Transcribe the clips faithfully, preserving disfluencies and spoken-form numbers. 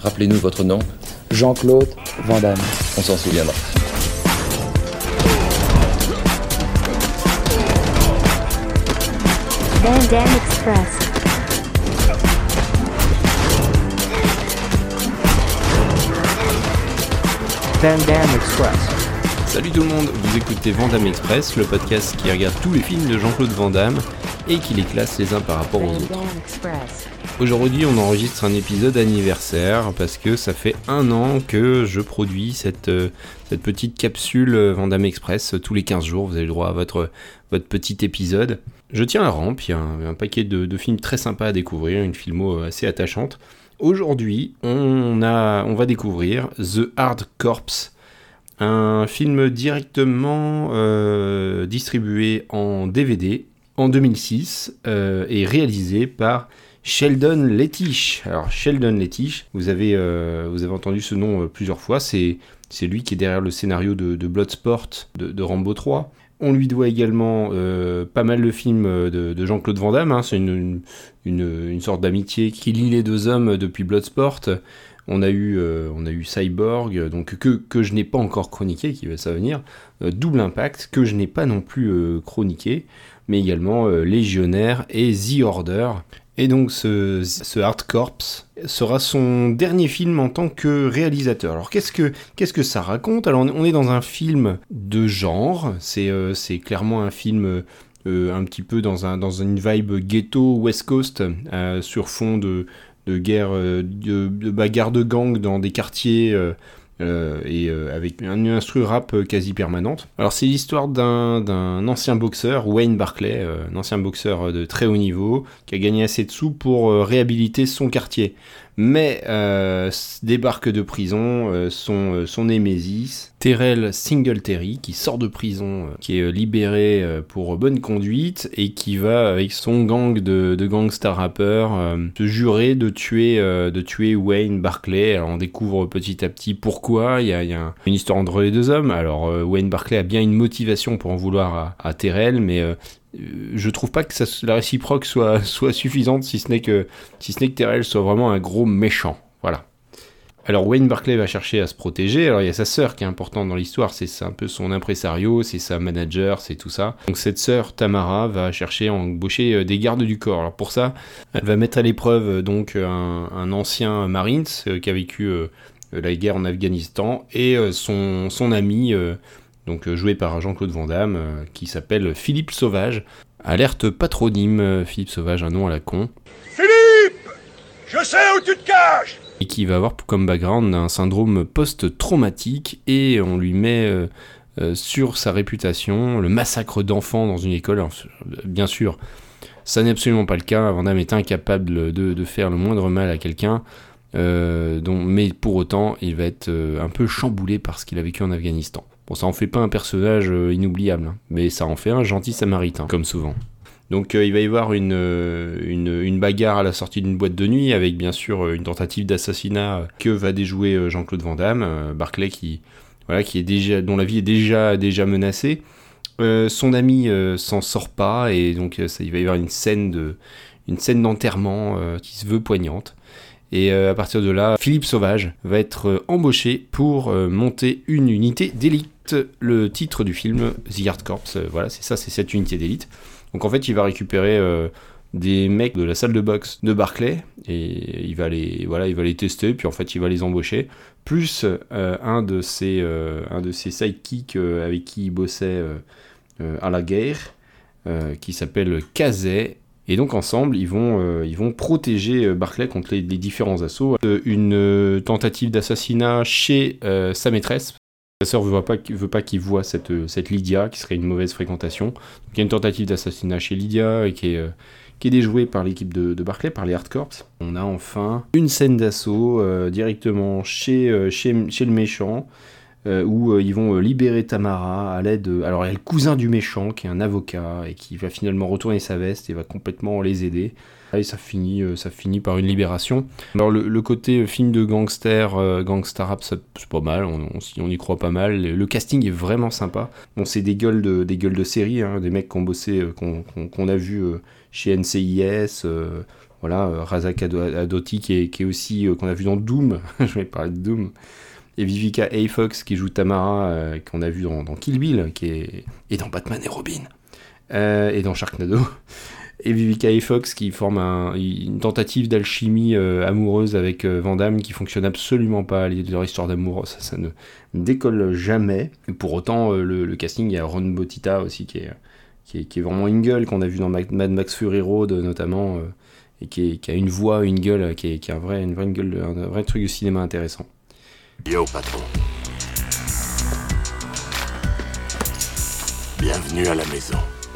Rappelez-nous votre nom. Jean-Claude Van Damme. On s'en souviendra. Van Damme Express. Van Damme Express. Salut tout le monde, vous écoutez Van Damme Express, le podcast qui regarde tous les films de Jean-Claude Van Damme et qui les classe les uns par rapport aux autres. Aujourd'hui, on enregistre un épisode anniversaire parce que ça fait un an que je produis cette, euh, cette petite capsule Van Damme Express. Tous les quinze jours, vous avez le droit à votre, votre petit épisode. Je tiens la rampe, il y a un, un paquet de, de films très sympas à découvrir, une filmo assez attachante. Aujourd'hui, on, a, on va découvrir The Hard Corps, un film directement euh, distribué en D V D en deux mille six euh, et réalisé par Sheldon Lettich. Alors Sheldon Lettich, vous avez, euh, vous avez entendu ce nom euh, plusieurs fois, c'est, c'est lui qui est derrière le scénario de, de Bloodsport, de, de Rambo trois. On lui doit également euh, pas mal de films de, de Jean-Claude Van Damme, hein. C'est une, une, une sorte d'amitié qui lie les deux hommes depuis Bloodsport. On a eu, euh, on a eu Cyborg, donc que, que je n'ai pas encore chroniqué, qui va ça venir, euh, Double Impact, que je n'ai pas non plus euh, chroniqué, mais également euh, Légionnaire et The Order. Et donc ce, ce Hard Corps sera son dernier film en tant que réalisateur. Alors qu'est-ce que, qu'est-ce que ça raconte ? Alors on est dans un film de genre, c'est, euh, c'est clairement un film euh, un petit peu dans, un, dans une vibe ghetto West Coast, euh, sur fond de, de guerre, euh, de, de bagarre de gang dans des quartiers... Euh, Euh, et euh, avec un instru rap euh, quasi permanente. Alors c'est l'histoire d'un, d'un ancien boxeur, Wayne Barclay, euh, un ancien boxeur de très haut niveau, qui a gagné assez de sous pour euh, réhabiliter son quartier. Mais euh, débarque de prison euh, son, euh, son némésis, Terrell Singletary, qui sort de prison, euh, qui est euh, libéré euh, pour bonne conduite, et qui va, avec son gang de, de gangsta rappeurs, euh, se jurer de tuer, euh, de tuer Wayne Barclay. Alors on découvre petit à petit pourquoi, il y a, il y a une histoire entre les deux hommes. Alors euh, Wayne Barclay a bien une motivation pour en vouloir à, à Terrell, mais... Euh, je trouve pas que ça, la réciproque soit, soit suffisante, si ce n'est que, si ce n'est que Terrell soit vraiment un gros méchant. Voilà. Alors Wayne Barclay va chercher à se protéger. Alors il y a sa sœur qui est importante dans l'histoire, c'est, c'est un peu son impresario, c'est sa manager, c'est tout ça. Donc cette sœur Tamara va chercher à embaucher des gardes du corps. Alors pour ça, elle va mettre à l'épreuve donc un, un ancien Marines euh, qui a vécu euh, la guerre en Afghanistan et euh, son, son ami... Euh, donc joué par Jean-Claude Van Damme, euh, qui s'appelle Philippe Sauvage. Alerte patronyme, euh, Philippe Sauvage, un nom à la con. Philippe, je sais où tu te caches. Et qui va avoir comme background un syndrome post-traumatique, et on lui met euh, euh, sur sa réputation le massacre d'enfants dans une école. Alors, bien sûr, ça n'est absolument pas le cas, Van Damme est incapable de, de faire le moindre mal à quelqu'un, euh, dont, mais pour autant, il va être euh, un peu chamboulé par ce qu'il a vécu en Afghanistan. Bon, ça en fait pas un personnage euh, inoubliable, hein, mais ça en fait un gentil samaritain, comme souvent. Donc euh, il va y avoir une, euh, une, une bagarre à la sortie d'une boîte de nuit, avec bien sûr euh, une tentative d'assassinat que va déjouer euh, Jean-Claude Van Damme, euh, Barclay qui, voilà, qui est déjà, dont la vie est déjà, déjà menacée. Euh, son ami euh, s'en sort pas, et donc euh, ça, il va y avoir une scène, de, une scène d'enterrement euh, qui se veut poignante. Et euh, à partir de là, Philippe Sauvage va être euh, embauché pour euh, monter une unité d'élite. Le titre du film, The Hard Corps, euh, voilà, c'est ça, c'est cette unité d'élite. Donc en fait, il va récupérer euh, des mecs de la salle de boxe de Barclay, et il va les, voilà, il va les tester, puis en fait, il va les embaucher, plus euh, un de ses, euh, un de ses sidekicks euh, avec qui il bossait euh, euh, à la guerre, euh, qui s'appelle Kazay. Et donc ensemble, ils vont, euh, ils vont protéger Barclay contre les, les différents assauts. Euh, une euh, tentative d'assassinat chez euh, sa maîtresse. Sa sœur ne veut pas, veut pas qu'il voie cette, cette Lydia, qui serait une mauvaise fréquentation. Donc il y a une tentative d'assassinat chez Lydia, et qui est, euh, qui est déjouée par l'équipe de, de Barclay, par les Hard Corps. On a enfin une scène d'assaut euh, directement chez, euh, chez, chez le méchant, Euh, où euh, ils vont euh, libérer Tamara à l'aide... De... Alors il y a le cousin du méchant qui est un avocat et qui va finalement retourner sa veste et va complètement les aider. Et ça finit, euh, ça finit par une libération. Alors le, le côté film de gangster, euh, gangsta rap, ça, c'est pas mal, on, on, on y croit pas mal. Le, le casting est vraiment sympa. Bon, c'est des gueules de, des gueules de série, hein, des mecs qui ont bossé, euh, qu'on, qu'on, qu'on a vu euh, chez N C I S... Euh, Voilà, euh, Razak Adoti qui est, qui est aussi, euh, qu'on a vu dans Doom, je vais parler de Doom, et Vivica A. Fox qui joue Tamara, euh, qu'on a vu dans, dans Kill Bill, qui est, et dans Batman et Robin, euh, et dans Sharknado, et Vivica A. Fox qui forme un, une tentative d'alchimie euh, amoureuse avec euh, Van Damme qui fonctionne absolument pas, leur histoire d'amour, ça, ça ne décolle jamais, et pour autant, euh, le, le casting, il y a Ron Botita aussi qui est, qui est, qui est vraiment une gueule, qu'on a vu dans Mad Max Fury Road notamment, euh, et qui, est, qui a une voix, une gueule, qui est, qui est un vrai, une vraie une gueule, un vrai truc de cinéma intéressant. Yo patron. Bienvenue à la maison.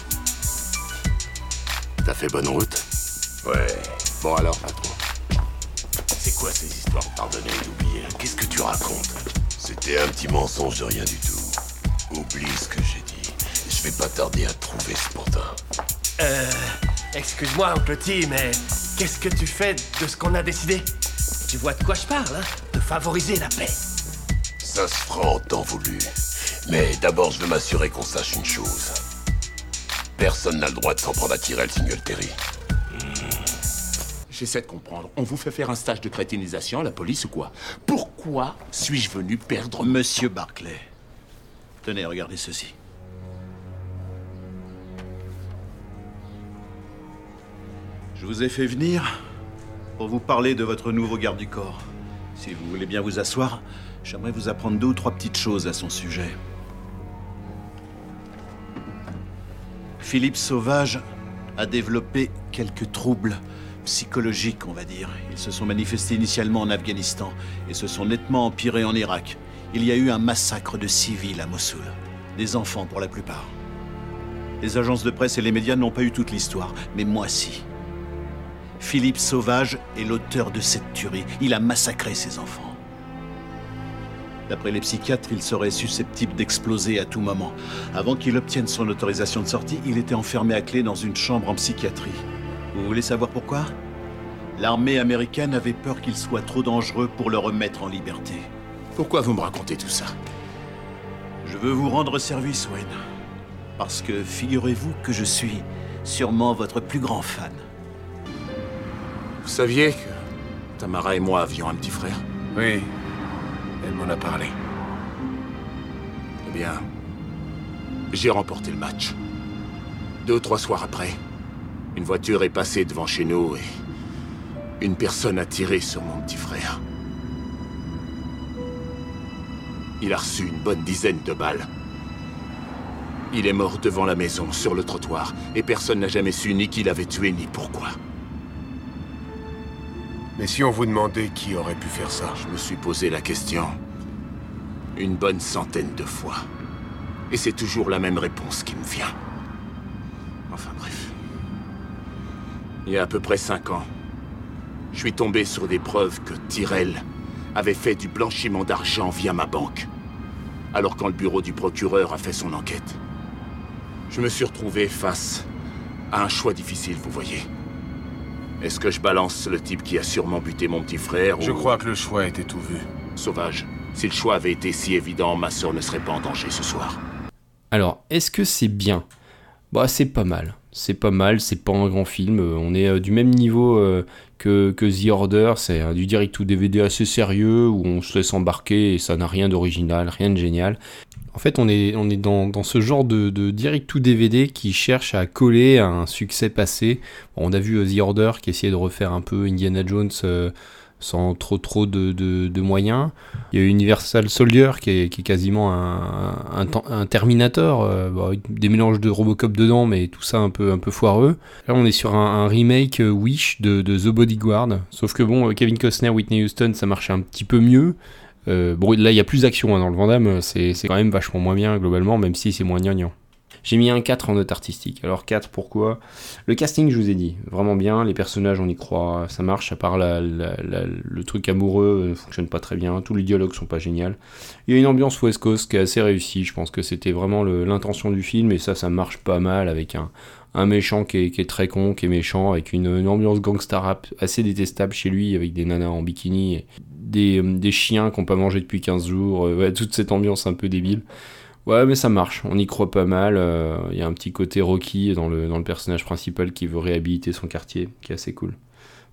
T'as fait bonne route? Ouais. Bon alors patron. C'est quoi ces histoires de pardonner et d'oublier? Qu'est-ce que tu racontes? C'était un petit mensonge de rien du tout. Oublie ce que j'ai dit. Je vais pas tarder à trouver ce pantin. Euh... Excuse-moi, Oncle T, mais qu'est-ce que tu fais de ce qu'on a décidé? Tu vois de quoi je parle, hein? De favoriser la paix. Ça se fera en temps voulu. Mais d'abord, je veux m'assurer qu'on sache une chose. Personne n'a le droit de s'en prendre à Tyrell Singletary. J'essaie de comprendre. On vous fait faire un stage de crétinisation à la police ou quoi? Pourquoi suis-je venu perdre... Monsieur Barclay. Tenez, regardez ceci. Je vous ai fait venir pour vous parler de votre nouveau garde du corps. Si vous voulez bien vous asseoir, j'aimerais vous apprendre deux ou trois petites choses à son sujet. Philippe Sauvage a développé quelques troubles psychologiques, on va dire. Ils se sont manifestés initialement en Afghanistan et se sont nettement empirés en Irak. Il y a eu un massacre de civils à Mossoul. Des enfants pour la plupart. Les agences de presse et les médias n'ont pas eu toute l'histoire, mais moi si. Philippe Sauvage est l'auteur de cette tuerie. Il a massacré ses enfants. D'après les psychiatres, il serait susceptible d'exploser à tout moment. Avant qu'il obtienne son autorisation de sortie, il était enfermé à clé dans une chambre en psychiatrie. Vous voulez savoir pourquoi? L'armée américaine avait peur qu'il soit trop dangereux pour le remettre en liberté. Pourquoi vous me racontez tout ça? Je veux vous rendre service, Wayne. Parce que figurez-vous que je suis sûrement votre plus grand fan. Vous saviez que Tamara et moi avions un petit frère? Oui. Elle m'en a parlé. Eh bien, j'ai remporté le match. Deux ou trois soirs après, une voiture est passée devant chez nous et une personne a tiré sur mon petit frère. Il a reçu une bonne dizaine de balles. Il est mort devant la maison, sur le trottoir, et personne n'a jamais su ni qui l'avait tué, ni pourquoi. Mais si on vous demandait qui aurait pu faire ça? Je me suis posé la question une bonne centaine de fois. Et c'est toujours la même réponse qui me vient. Enfin bref. Il y a à peu près cinq ans, je suis tombé sur des preuves que Tyrell avait fait du blanchiment d'argent via ma banque. Alors quand le bureau du procureur a fait son enquête, je me suis retrouvé face à un choix difficile, vous voyez. Est-ce que je balance le type qui a sûrement buté mon petit frère Je ou... crois que le choix était tout vu. Sauvage. Si le choix avait été si évident, ma sœur ne serait pas en danger ce soir. Alors, est-ce que c'est bien? Bah, c'est pas mal. C'est pas mal, c'est pas un grand film. On est euh, du même niveau euh, que, que The Order. C'est euh, du direct to D V D assez sérieux où on se laisse embarquer et ça n'a rien d'original, rien de génial. En fait, on est, on est dans, dans ce genre de, de direct to D V D qui cherche à coller à un succès passé. Bon, on a vu euh, The Order qui essayait de refaire un peu Indiana Jones euh, sans trop trop de, de, de moyens. Il y a Universal Soldier qui est, qui est quasiment un, un, un Terminator, euh, bah, des mélanges de Robocop dedans, mais tout ça un peu, un peu foireux. Là, on est sur un, un remake euh, Wish de, de The Bodyguard, sauf que bon, Kevin Costner, Whitney Houston, ça marche un petit peu mieux. Euh, bon, là, il y a plus d'action hein, dans le Van Damme, c'est, c'est quand même vachement moins bien globalement, même si c'est moins gnangnan. J'ai mis un quatre en note artistique. Alors quatre, pourquoi? Le casting, je vous ai dit, vraiment bien. Les personnages, on y croit, ça marche. À part la, la, la, le truc amoureux, ne fonctionne pas très bien. Tous les dialogues sont pas géniaux. Il y a une ambiance West Coast qui est assez réussie. Je pense que c'était vraiment le, l'intention du film. Et ça, ça marche pas mal avec un, un méchant qui est, qui est très con, qui est méchant, avec une, une ambiance gangsta rap assez détestable chez lui, avec des nanas en bikini, et des, des chiens qui n'ont pas mangé depuis quinze jours. Ouais, toute cette ambiance un peu débile. Ouais, mais ça marche, on y croit pas mal. Il euh, y a un petit côté Rocky dans le, dans le personnage principal qui veut réhabiliter son quartier, qui est assez cool.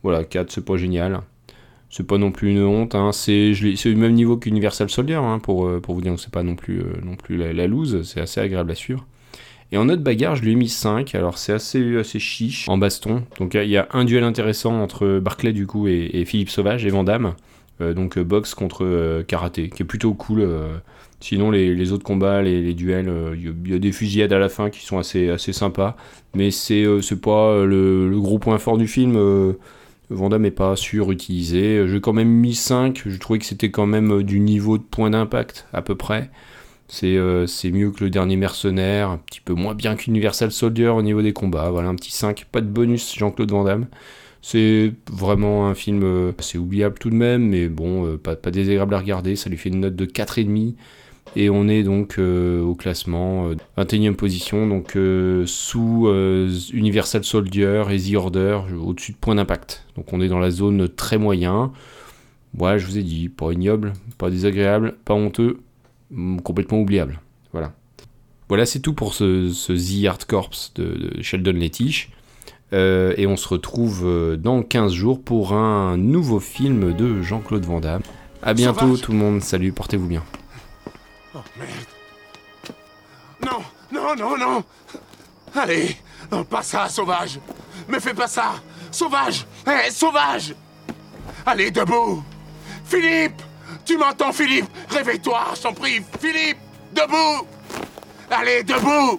Voilà, quatre, c'est pas génial. C'est pas non plus une honte, hein. c'est, je l'ai, c'est le même niveau qu'Universal Soldier, hein, pour, pour vous dire que c'est pas non plus, euh, non plus la, la loose, c'est assez agréable à suivre. Et en note bagarre, je lui ai mis cinq, alors c'est assez, assez chiche en baston. Donc il y, y a un duel intéressant entre Barclay du coup et, et Philippe Sauvage et Van Damme, euh, donc euh, boxe contre euh, karaté, qui est plutôt cool. Euh, sinon les, les autres combats, les, les duels, il euh, y, y a des fusillades à la fin qui sont assez, assez sympas, mais c'est, euh, c'est pas le, le gros point fort du film. Euh, Van Damme n'est pas surutilisé. J'ai quand même mis cinq, je trouvais que c'était quand même du niveau de point d'impact à peu près. C'est, euh, c'est mieux que le dernier Mercenaire, un petit peu moins bien qu'Universal Soldier au niveau des combats. Voilà, un petit cinq, pas de bonus Jean-Claude Van Damme. C'est vraiment un film euh, assez oubliable tout de même, mais bon, euh, pas, pas désagréable à regarder. Ça lui fait une note de quatre virgule cinq. Et on est donc euh, au classement, euh, vingt et unième position, donc euh, sous euh, Universal Soldier et The Order, au-dessus de point d'impact. Donc on est dans la zone très moyen. Ouais, je vous ai dit, pas ignoble, pas désagréable, pas honteux, complètement oubliable. Voilà. Voilà, c'est tout pour ce, ce The Hard Corps de, de Sheldon Lettich. Euh, et on se retrouve dans quinze jours pour un nouveau film de Jean-Claude Van Damme. A bientôt Sauvage. Tout le monde, salut, portez-vous bien. Oh merde. Non, non, non, non. Allez, non, pas ça, Sauvage. Me fais pas ça. Sauvage. Hé, hey, Sauvage. Allez, debout. Philippe. Tu m'entends, Philippe? Réveille-toi, je t'en prie. Philippe, debout. Allez, debout.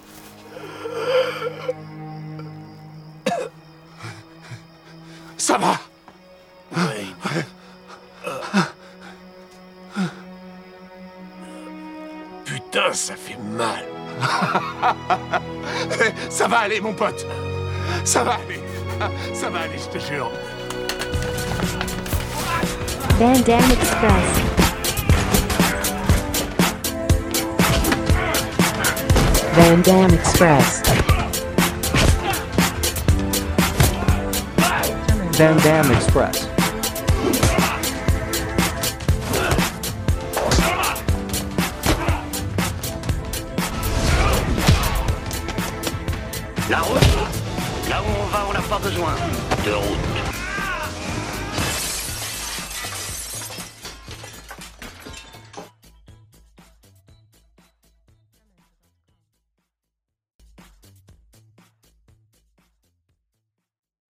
Ça va? Oui. Putain, ça fait mal. Ça va aller, mon pote. Ça va aller. Ça va aller, je te jure. Van Damme Express. Van Damme Express. Van Damme Express. La route. Là où on va, on n'a pas besoin de route.